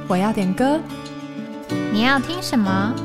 我要点歌， 你要听什么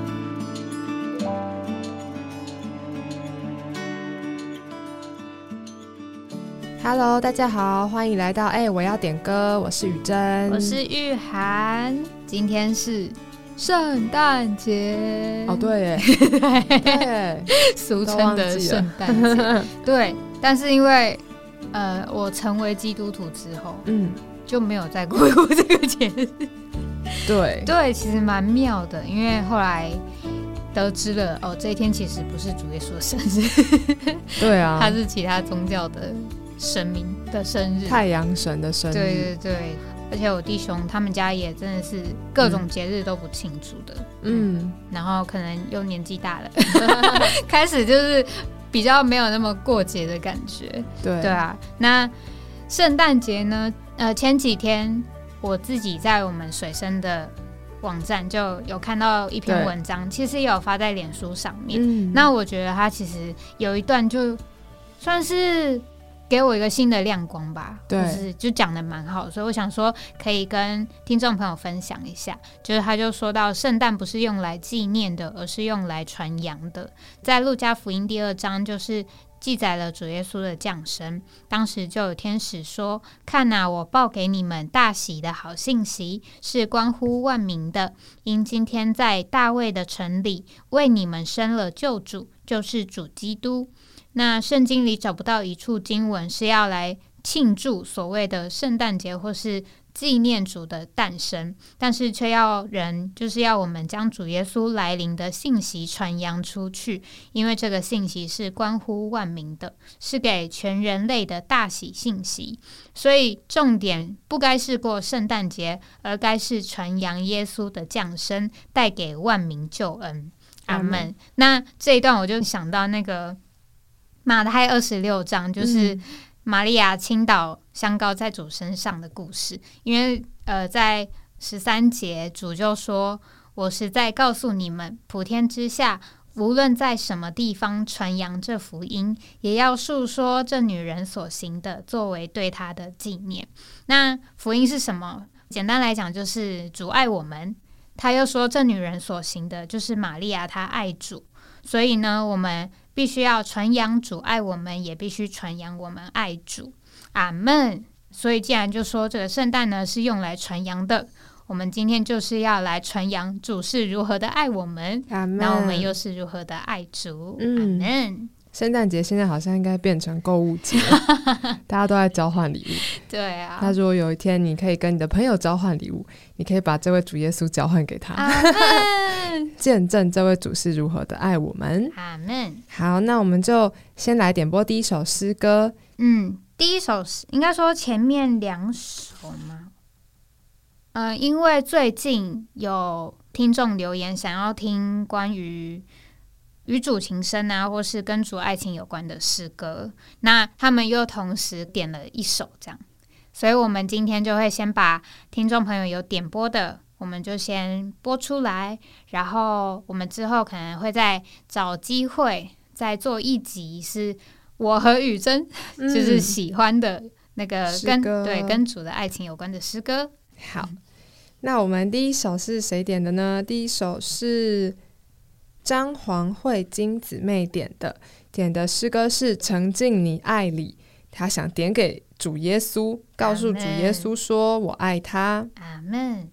？Hello， 大家好，欢迎来到我要点歌，我是雨珍， 我是玉涵。今天是圣诞节哦，对耶， 对，俗称的圣诞节。对，但是因为我成为基督徒之后，就没有再过这个节日。对，其实蛮妙的，因为后来得知了这一天其实不是主耶稣的生日， 对啊， 他是其他宗教的神明的生日， 太阳神的生日。 对，而且我弟兄他们家也真的是各种节日都不庆祝的，然后可能又年纪大了，开始就是比较没有那么过节的感觉。对啊，那圣诞节呢？前几天我自己在我们水生的网站就有看到一篇文章，其实也有发在脸书上面。那我觉得它其实有一段就算是给我一个新的亮光吧，就讲得蛮好，所以我想说可以跟听众朋友分享一下。就是他就说到，圣诞不是用来纪念的，而是用来传扬的。在路加福音第2章，就是记载了主耶稣的降生。当时就有天使说：“看啊，我报给你们大喜的好信息，是关乎万民的。因今天在大卫的城里为你们生了救主，就是主基督。”那圣经里找不到一处经文是要来庆祝所谓的圣诞节或是纪念主的诞生，但是却就是要我们将主耶稣来临的信息传扬出去，因为这个信息是关乎万民的，是给全人类的大喜信息。所以重点不该是过圣诞节，而该是传扬耶稣的降生，带给万民救恩。阿们。那这一段我就想到那个马太26章，就是玛利亚倾倒香膏在主身上的故事。因为在13节主就说：“我实在告诉你们，普天之下无论在什么地方传扬这福音，也要述说这女人所行的，作为对她的纪念。”那福音是什么？简单来讲就是主爱我们。他又说这女人所行的就是玛利亚她爱主，所以呢我们必须要传扬主爱我们，也必须传扬我们爱主。阿们。所以既然就说这个圣诞呢是用来传扬的，我们今天就是要来传扬主是如何的爱我们，那我们又是如何的爱主。阿们。 圣诞节现在好像应该变成购物节大家都在交换礼物。 对啊， 那如果有一天你可以跟你的朋友交换礼物，你可以把这位主耶稣交换给他，见证这位主是如何的爱我们。 阿们。 好，那我们就先来点播第一首诗歌。 第一首应该说前面2首吗？因为最近有听众留言想要听关于与主情深啊，或是跟主爱情有关的诗歌，那他们又同时点了一首这样，所以我们今天就会先把听众朋友有点播的我们就先播出来，然后我们之后可能会再找机会再做一集是我和雨珍就是喜欢的那个跟主的爱情有关的诗歌。 好，那我们第一首是谁点的呢？第一首是张黄慧金姊妹点的诗歌是沉浸你爱里，她想点给主耶稣，告诉主耶稣说我爱他。 阿们。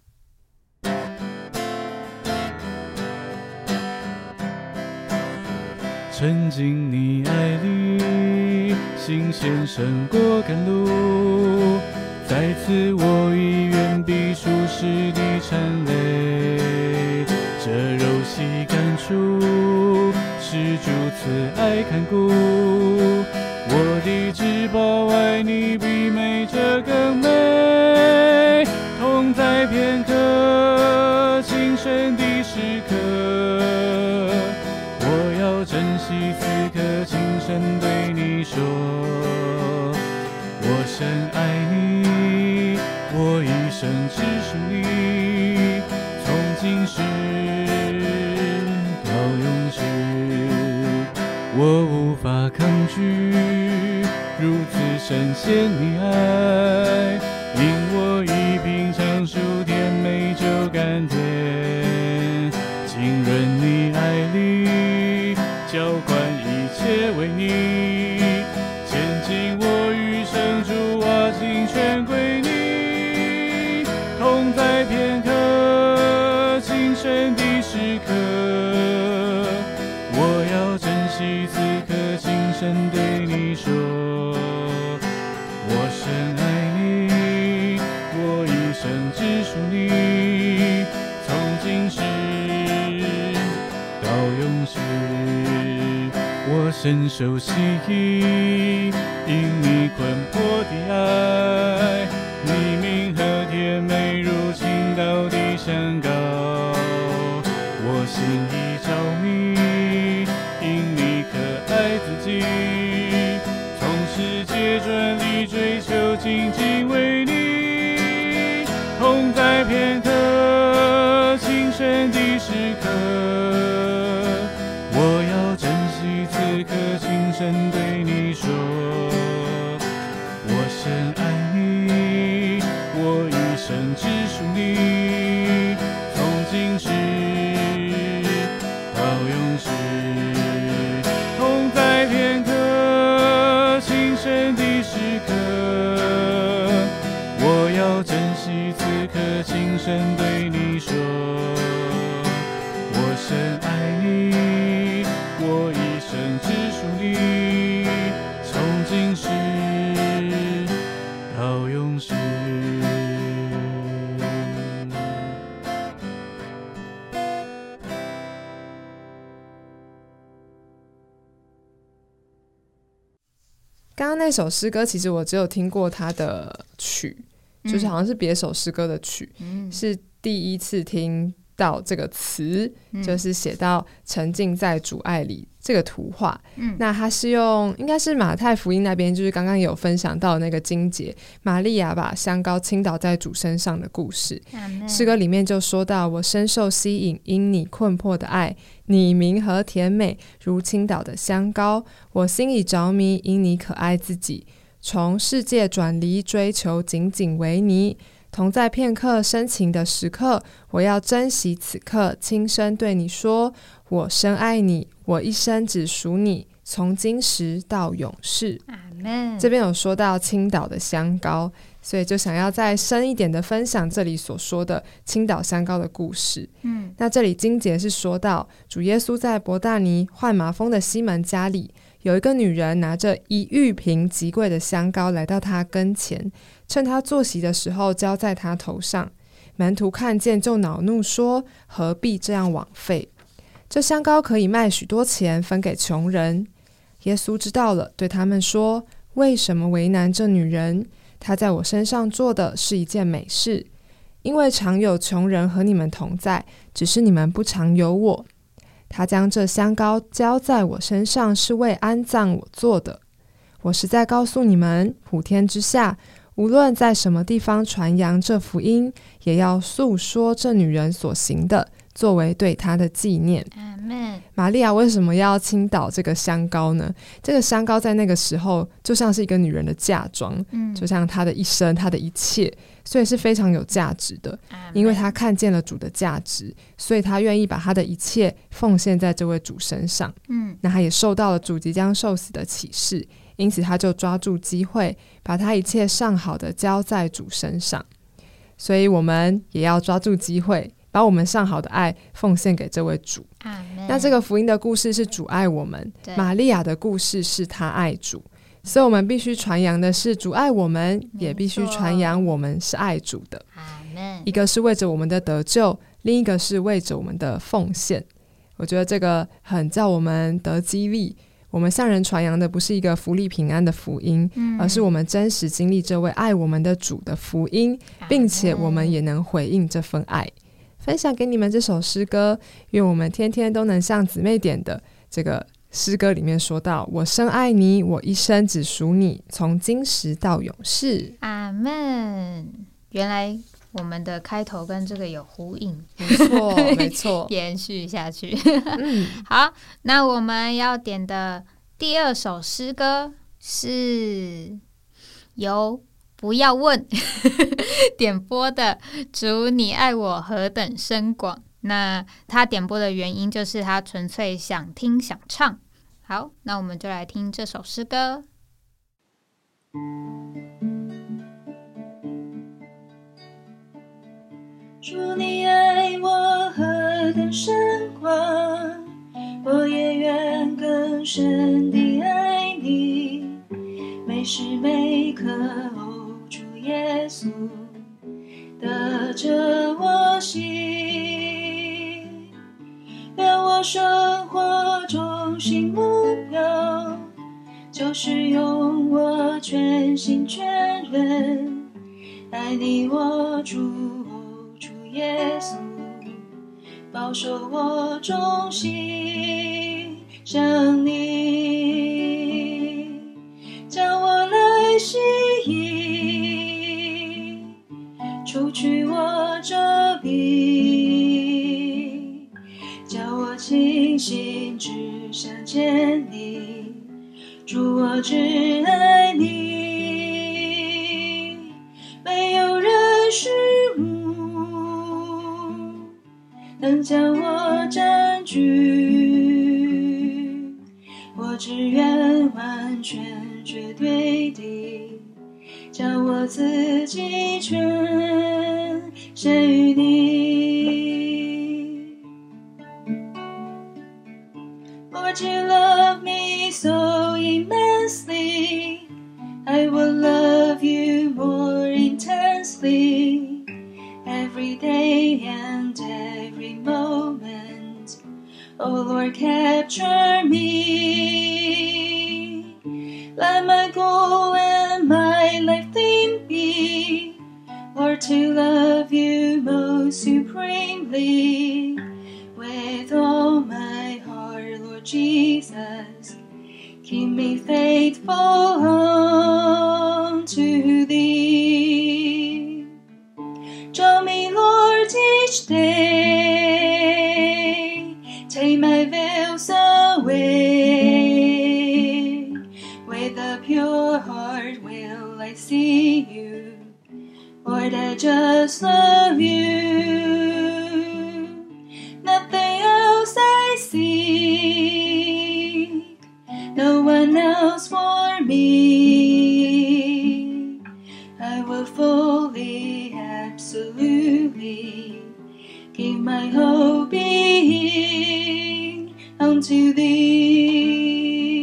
沉浸你爱里，心先胜过赶路，在此我已远比舒适的缠累，这柔细感触是主慈爱看顾，我的至宝爱你比美这更美，同在片刻情深的时刻，我要珍惜此刻轻声对你说，我深爱你，我一生只属你，从今世到永世，我无法抗拒如此深陷你爱，因我已品尝属甜美为你，前进我余生，主啊，尽全归你。同在片刻轻声的时刻，我要珍惜此刻，轻声对你说，我深爱你，我一生只属你，从今时到永世，我深受吸引，因你困迫的爱，你明和甜美如倾倒的香膏，我心已着迷，因你可爱自己，从世界转离追求，紧紧为你，同在片刻轻声的时刻，我要珍惜此刻，轻声对你说，我深爱你，我一生只属你，从今时到永世，同在片刻轻声的时刻，我要珍惜此刻，轻声对你说，我深爱你，我一生只属你，从今时到永世。 刚刚那首诗歌其实我只有听过它的曲，就是好像是别首诗歌的曲，是第一次听到这个词，就是写到沉浸在主爱里这个图画。那它是用应该是马太福音那边，就是刚刚有分享到那个经节，玛利亚把香膏倾倒在主身上的故事。诗歌里面就说到，我深受吸引，因你困迫的爱，你明和甜美如倾倒的香膏，我心已着迷，因你可爱自己，从世界转离追求，紧紧为你，同在片刻深情的时刻，我要珍惜此刻，轻声对你说，我深爱你，我一生只属你，从今时到永世。这边有说到倾倒的香膏，所以就想要再深一点的分享这里所说的倾倒香膏的故事。那这里经节是说到，主耶稣在伯大尼患麻风的西门家里，有一个女人拿着1玉瓶极贵的香膏来到他跟前，趁他坐席的时候浇在他头上。门徒看见就恼怒说，何必这样枉费？这香膏可以卖许多钱，分给穷人。耶稣知道了，对他们说，为什么为难这女人？她在我身上做的是一件美事，因为常有穷人和你们同在，只是你们不常有我。她将这香膏浇在我身上，是为安葬我做的。我实在告诉你们，普天之下，无论在什么地方传扬这福音，也要诉说这女人所行的，作为对她的纪念。玛利亚为什么要倾倒这个香膏呢？这个香膏在那个时候就像是一个女人的嫁妆，就像她的一生，她的一切，所以是非常有价值的。因为她看见了主的价值，所以她愿意把她的一切奉献在这位主身上。那她也受到了主即将受死的启示，因此她就抓住机会，把她一切上好的交在主身上。所以我们也要抓住机会，把我们上好的爱奉献给这位主。那这个福音的故事是主爱我们，玛利亚的故事是她爱主，所以我们必须传扬的是主爱我们，也必须传扬我们是爱主的。一个是为着我们的得救，另一个是为着我们的奉献。我觉得这个很叫我们得激励，我们向人传扬的不是一个福利平安的福音，而是我们真实经历这位爱我们的主的福音，并且我们也能回应这份爱。分享给你们这首诗歌，愿我们天天都能像姊妹点的这个诗歌里面说到，我深爱你，我一生只属你，从今时到永世。 阿们。原来我们的开头跟这个有呼应， 没错没错， 延续下去。好，那我们要点的第二首诗歌是由不要问点播的主你爱我何等深广。那他点播的原因就是他纯粹想听想唱， 好，那我们就来听这首诗歌。 主你爱我何等深广，我也愿更深地爱你，每时每刻哦，主耶稣得着我心，愿我生活中心目标就是用我全心全人爱你我主耶稣，保守我忠心向你，将我来吸引，除去我遮蔽，叫我清醒只想见你，主我只爱你，没有人事物能将我占据，我只愿完全绝对地将我自己全献于你。 Lord, you love me so immensely, I will love you more intensely every day and every moment. Oh Lord, capture me. Let my goal and my life theme be, Lord, to love you most supremely with all my heart, Lord Jesus. Keep me faithful unto thee. Draw me, Lord, each day. Take my veils away. With a pure heart will I see you. Lord, I just love you. Nothing else I seek. No one else for me. I will fully, absolutely give my whole being unto thee.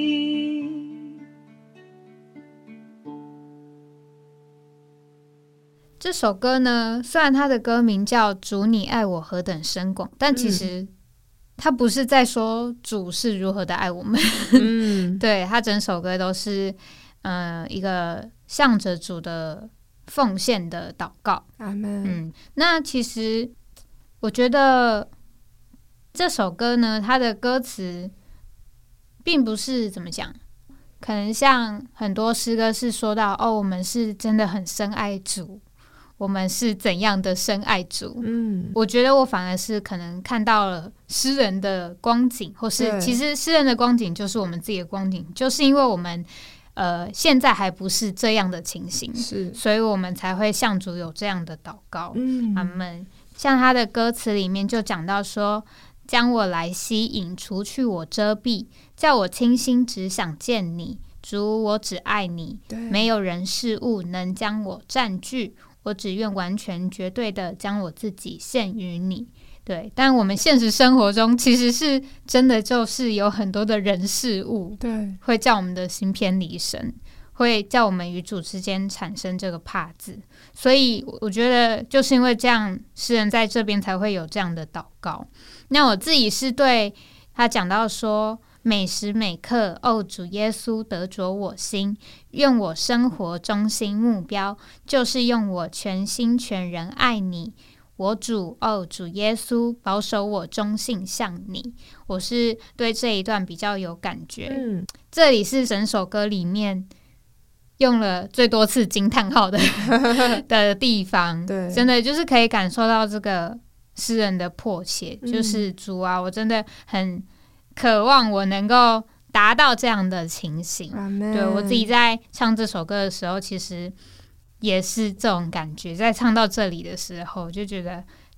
这首歌呢，虽然它的歌名叫主你爱我何等深广，但其实它不是在说主是如何的爱我们。对，它整首歌都是一个向着主的奉献的祷告。 阿们。 那其实我觉得这首歌呢，它的歌词并不是怎么讲，可能像很多诗歌是说到我们是真的很深爱主，我们是怎样的深爱主。我觉得我反而是可能看到了诗人的光景，或是其实诗人的光景就是我们自己的光景，就是因为我们现在还不是这样的情形，所以我们才会向主有这样的祷告。阿们。像他的歌词里面就讲到说，将我来吸引，除去我遮蔽，叫我清心只想见你，主我只爱你，没有人事物能将我占据，我只愿完全绝对的将我自己献于你。对，但我们现实生活中其实是真的就是有很多的人事物，对，会叫我们的心偏离神，会叫我们与主之间产生这个怕字。所以我觉得就是因为这样，诗人在这边才会有这样的祷告。那我自己是对他讲到说，每时每刻主耶稣得着我心，愿我生活中心目标就是用我全心全人爱你，我主主耶稣保守我忠信向你。我是对这一段比较有感觉。这里是整首歌里面用了最多次惊叹号的地方，对，真的就是可以感受到这个诗人的迫切，就是主啊，我真的很渴望我能够达到这样的情形。对，我自己在唱这首歌的时候，其实也是这种感觉，在唱到这里的时候就觉得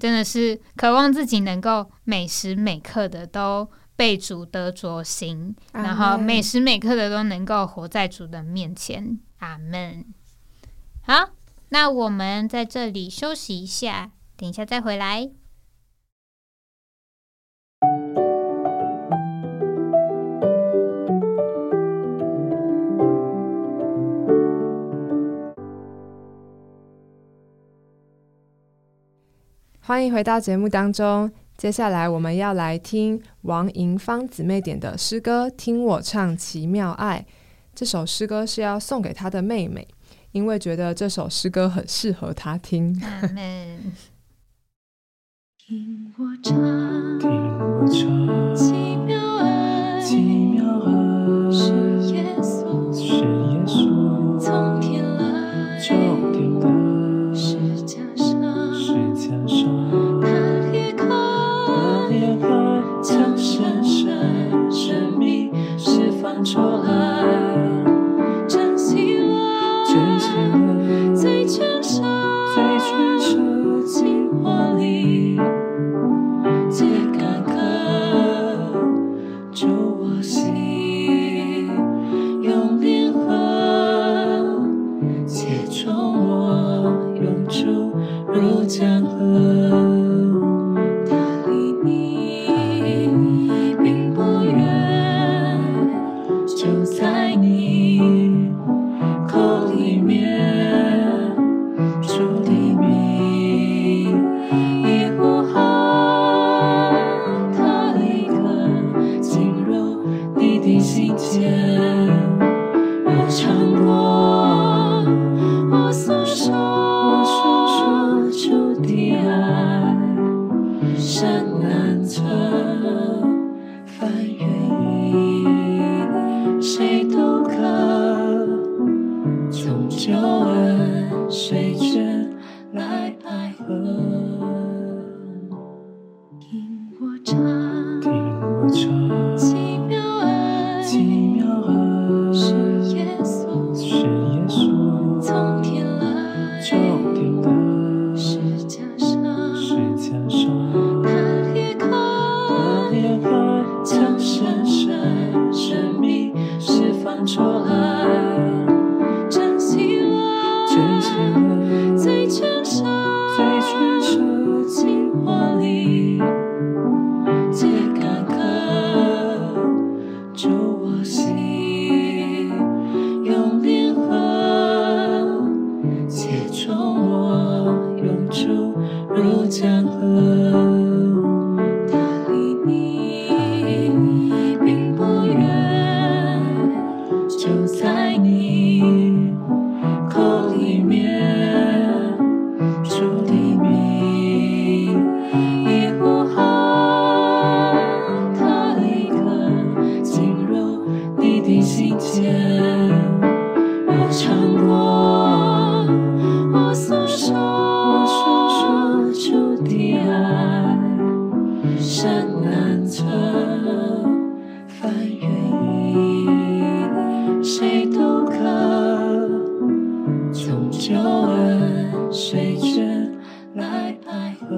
真的是渴望自己能够每时每刻的都被主得着心，然后每时每刻的都能够活在主的面前。阿们。好，那我们在这里休息一下，等一下再回来。 欢迎回到节目当中，接下来我们要来听王银芳姊妹点的诗歌《听我唱奇妙爱》。这首诗歌是要送给她的妹妹，因为觉得这首诗歌很适合她听。 听我唱， 听我唱， 奇妙爱， 奇妙爱， 是耶稣， 是耶稣从天来， 从天来， 十架上， 十架上， 他裂开，将深深生命释放出来，珍惜了， 珍惜了， 在全身， 在全身进火里，皆干渴，救我心，用灵魂切中我，涌出如江河。他离你并不远，就在你口里面，主的名一呼喊，他立刻进入你的心间。我唱过，我诉说主的爱，深难测，翻越谁都可，从救恩水卷来爱河。听我唱， 听我唱， 奇妙爱， 奇妙爱， 是耶稣， 是耶稣从天来， 从天来， 十架上， 十架上， 他裂开，将深深生命释放出来，珍惜了， 珍惜了， 在全身， 在全身进火里，皆干渴，救我心，用灵魂切中我，涌出如江河。他离你并不远，就在你口里面，主的名一呼喊，他立刻进入你的心间。我唱过，我诉说主的爱，深难测，翻越谁都可，从救恩水卷来爱河。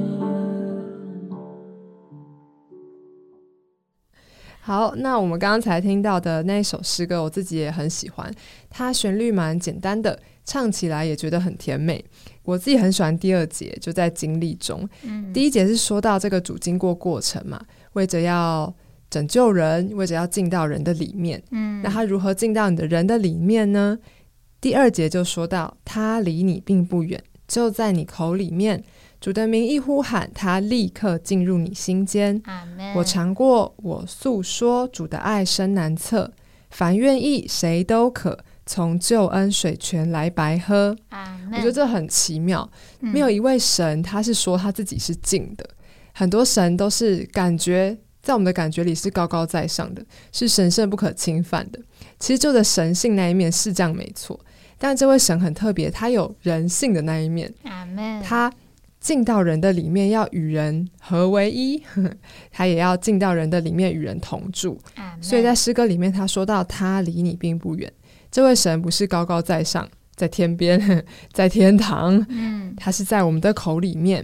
好，那我们刚才听到的那一首诗歌我自己也很喜欢，它旋律蛮简单的，唱起来也觉得很甜美。我自己很喜欢第二节，就在经历中。第一节是说到这个主经过过程嘛，为着要拯救人，为着要进到人的里面。那他如何进到你的人的里面呢？第二节就说到他离你并不远，就在你口里面，主的名一呼喊，他立刻进入你心间。我尝过，我诉说，主的爱深难测，凡愿意谁都可，从救恩水泉来白喝。我觉得这很奇妙，没有一位神他是说他自己是近的，很多神都是感觉在我们的感觉里是高高在上的，是神圣不可侵犯的。其实就的神性那一面是这样没错，但这位神很特别，他有人性的那一面，他进到人的里面要与人合为一，他也要进到人的里面与人同住。所以在诗歌里面他说到他离你并不远，这位神不是高高在上在天边在天堂，他是在我们的口里面，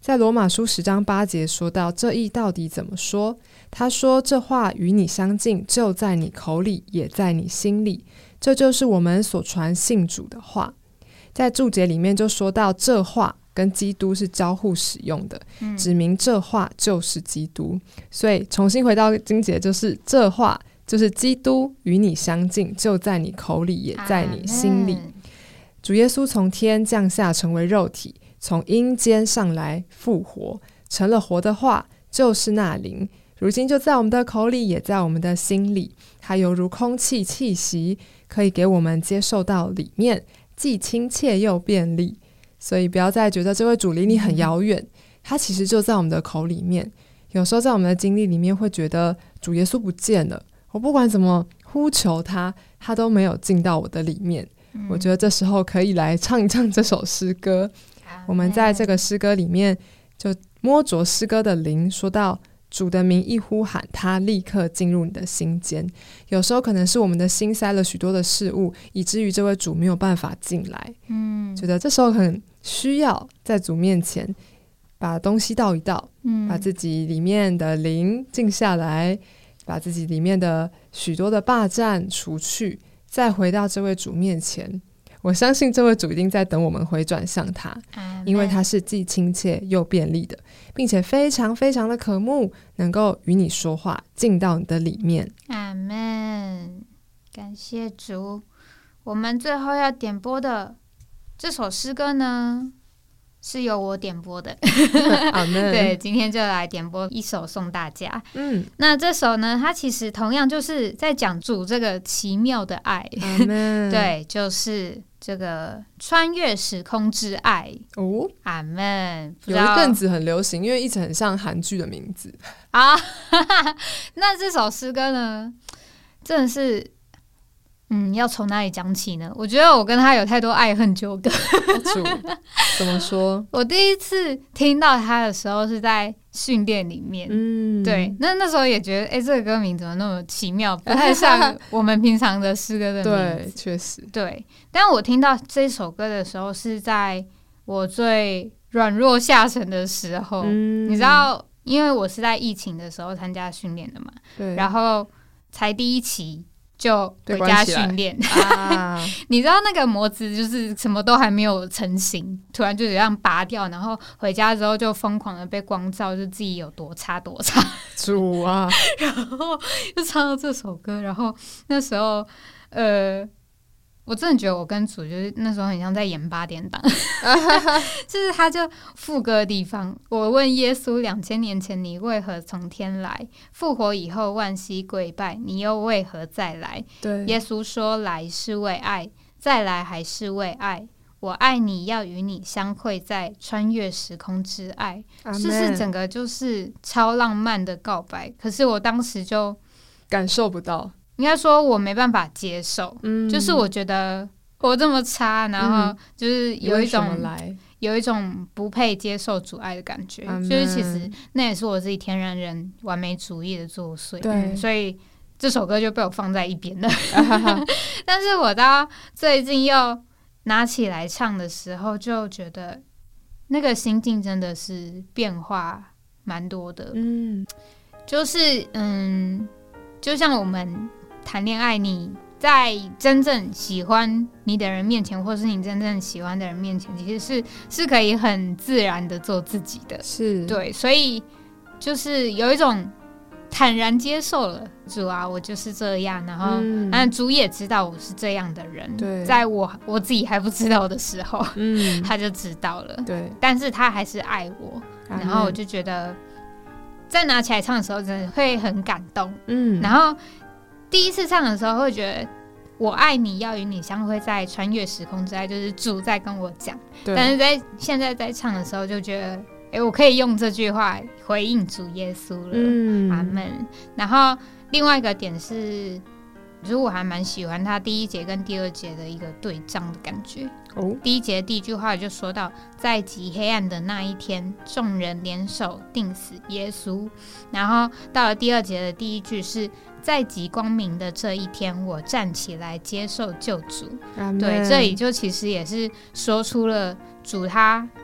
在罗马书10章8节说到这义到底怎么说，他说这话与你相近，就在你口里也在你心里，这就是我们所传信主的话。在注解里面就说到这话跟基督是交互使用的，指明这话就是基督。所以重新回到经节，就是这话就是基督与你相近，就在你口里也在你心里。主耶稣从天降下成为肉体，从阴间上来复活，成了活的话，就是那灵，如今就在我们的口里也在我们的心里，它犹如空气气息，可以给我们接受到里面，既亲切又便利。所以不要再觉得这位主离你很遥远，他其实就在我们的口里面。有时候在我们的经历里面会觉得主耶稣不见了，我不管怎么呼求他，他都没有进到我的里面。我觉得这时候可以来唱一唱这首诗歌。我们在这个诗歌里面就摸着诗歌的灵，说到主的名一呼喊，他立刻进入你的心间。有时候可能是我们的心塞了许多的事物，以至于这位主没有办法进来。觉得这时候很需要在主面前把东西倒一倒，把自己里面的灵静下来，把自己里面的许多的霸占除去，再回到这位主面前。我相信这位主一定在等我们回转向他，因为他是既亲切又便利的，并且非常非常的渴慕能够与你说话，进到你的里面。 阿们，感谢主。我们最后要点播的这首诗歌呢，是由我点播的。对，今天就来点播一首送大家。那这首呢，它其实同样就是在讲主这个奇妙的爱。对，就是这个穿越时空之爱。阿们。 有一阵子很流行，因为一直很像韩剧的名字啊。那这首诗歌呢，真的是要从哪里讲起呢？我觉得我跟他有太多爱恨纠葛。 怎么说？ 我第一次听到他的时候是在训练里面，对，那时候也觉得，这个歌名怎么那么奇妙，不太像我们平常的诗歌的名字。 对，确实， 对。但我听到这首歌的时候，是在我最软弱下沉的时候。你知道，因为我是在疫情的时候参加训练的嘛，对，然后才第一期就回家训练。你知道那个模子就是什么都还没有成型，突然就这样拔掉，然后回家之后就疯狂的被光照，就自己有多差多差。主啊！然后就唱到这首歌，然后那时候我真的觉得我跟主就是那时候很像在演8点档。就是他就副歌的地方，我问耶稣2000年前你为何从天来，复活以后万膝跪拜，你又为何再来？对，耶稣说来是为爱，再来还是为爱，我爱你要与你相会在穿越时空之爱。就是整个就是超浪漫的告白，可是我当时就感受不到， 应该说我没办法接受。就是我觉得我这么差，然后就是有一种不配接受主爱的感觉。就是其实那也是我自己天然人完美主义的作祟。所以这首歌就被我放在一边了。但是我到最近又拿起来唱的时候，就觉得那个心境真的是变化蛮多的。就是就像我们谈恋爱，你在真正喜欢你的人面前，或是你真正喜欢的人面前，其实是可以很自然的做自己的。是，对，所以就是有一种坦然接受了主啊，我就是这样，然后主也知道我是这样的人。对，在我自己还不知道的时候，他就知道了。对，但是他还是爱我，然后我就觉得在拿起来唱的时候真的会很感动。然后第一次唱的时候会觉得我爱你要与你相会在穿越时空之爱，就是主在跟我讲。但是在现在在唱的时候就觉得我可以用这句话回应主耶稣了。阿们。然后另外一个点是，就是我还蛮喜欢他第一节跟第二节的一个对仗的感觉。第一节第一句话就说到，在极黑暗的那一天，众人联手钉死耶稣。然后到了第二节的第一句是，在极光明的这一天，我站起来接受救主。对，这里就其实也是说出了主他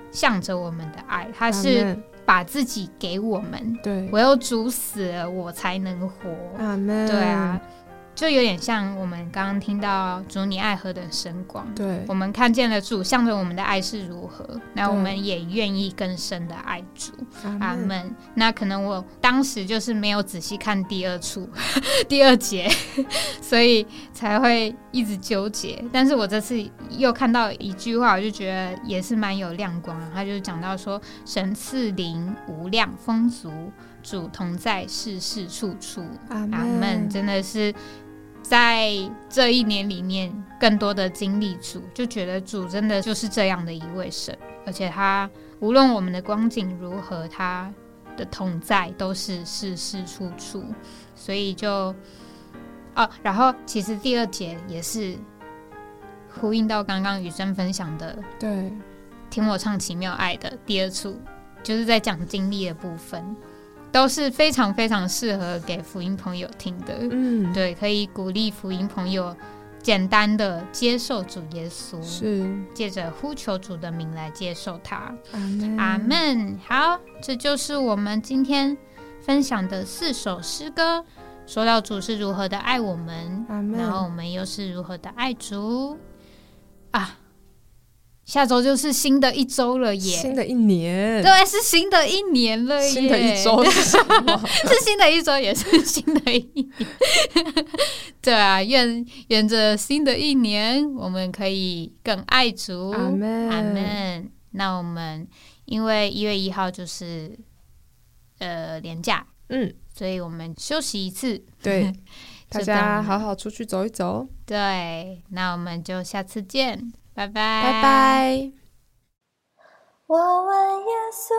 向着我们的爱，他是把自己给我们。 对， 唯有主死了，我才能活。 阿们。 对啊，就有点像我们刚刚听到主你爱何等深广， 对， 我们看见了主向着我们的爱是如何，那我们也愿意更深的爱主。阿们。那可能我当时就是没有仔细看第二节所以才会一直纠结，但是我这次又看到一句话，我就觉得也是蛮有亮光的。他就讲到说，神赐灵无量丰足，主同在世事处处。阿们。真的是在这一年里面更多的经历主，就觉得主真的就是这样的一位神，而且他无论我们的光景如何，他的同在都是事事处处。所以就然后其实第二节也是呼应到刚刚雨珍分享的， 对， 听我唱奇妙爱的第二处，就是在讲经历的部分，都是非常非常适合给福音朋友听的。对，可以鼓励福音朋友简单的接受主耶稣，是借着呼求主的名来接受他。阿们。好，这就是我们今天分享的4首诗歌，说到主是如何的爱我们，然后我们又是如何的爱主啊！下周就是新的一周了耶， 新的一年， 对，是新的一年了耶。 新的一周是什么？ 是新的一周，也是新的一年。对啊，愿着新的一年，我们可以更爱主。阿们，阿们。那我们因为1月1号就是连假，所以我们休息一次。 对，大家好好出去走一走。 对，那我们就下次见。拜拜， 拜拜。 我问耶稣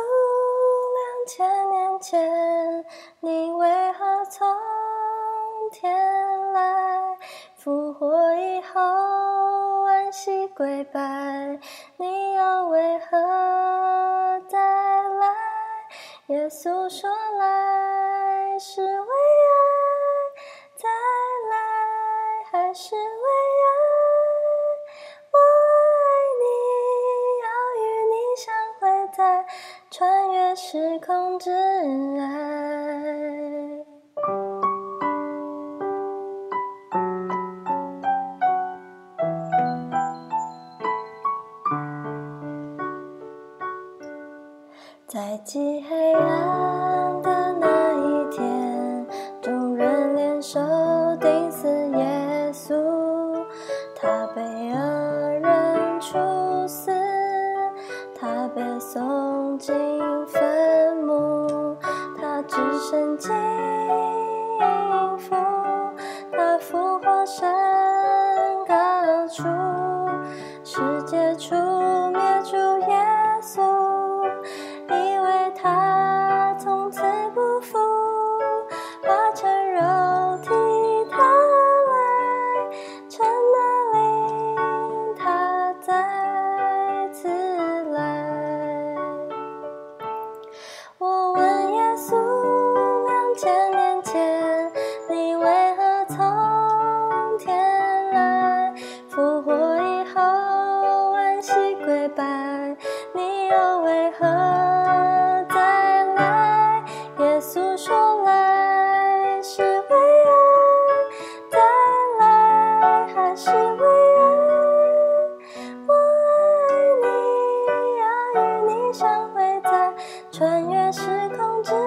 ，2000年前，你为何从天来？复活以后，安息归拜，你又为何再来？耶稣说来是为爱，再来还是为爱？我爱你，要与你相会在穿越时空之爱。在极黑暗的那一天，众人联手钉死耶稣，他被恶人处死，他被送进坟墓，他只身经父，他复活升高处，世界除灭主耶稣，因为他从此不复，化成肉体他来，成了灵他再次来。我问耶稣，2000年前，你为何从天来？复活以后，安息归拜，你又为何再来？耶稣说来是为爱，再来还是为爱？我爱你，要与你相会在穿越时空之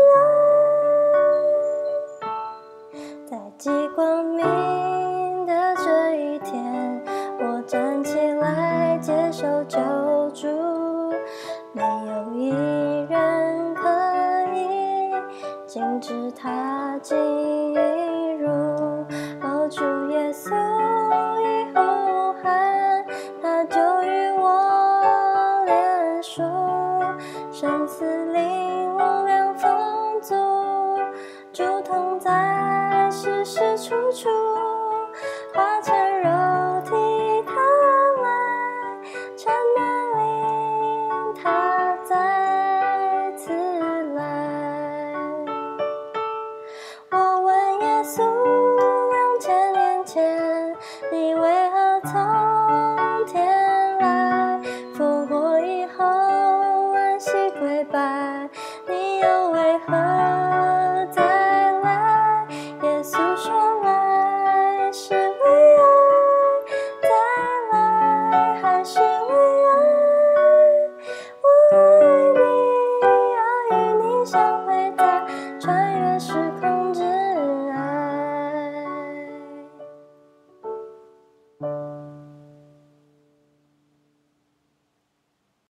爱。在极光明的这一天，我站起来接受救助，没有一人可以禁止他进入。哦，主耶稣一呼喊，他就与我连属，生死灵无量丰足，主同在世事处处，化成肉体他来，成了灵他再次来。我问耶稣，2000年前，你为何从天来？复活以后， 惜对白，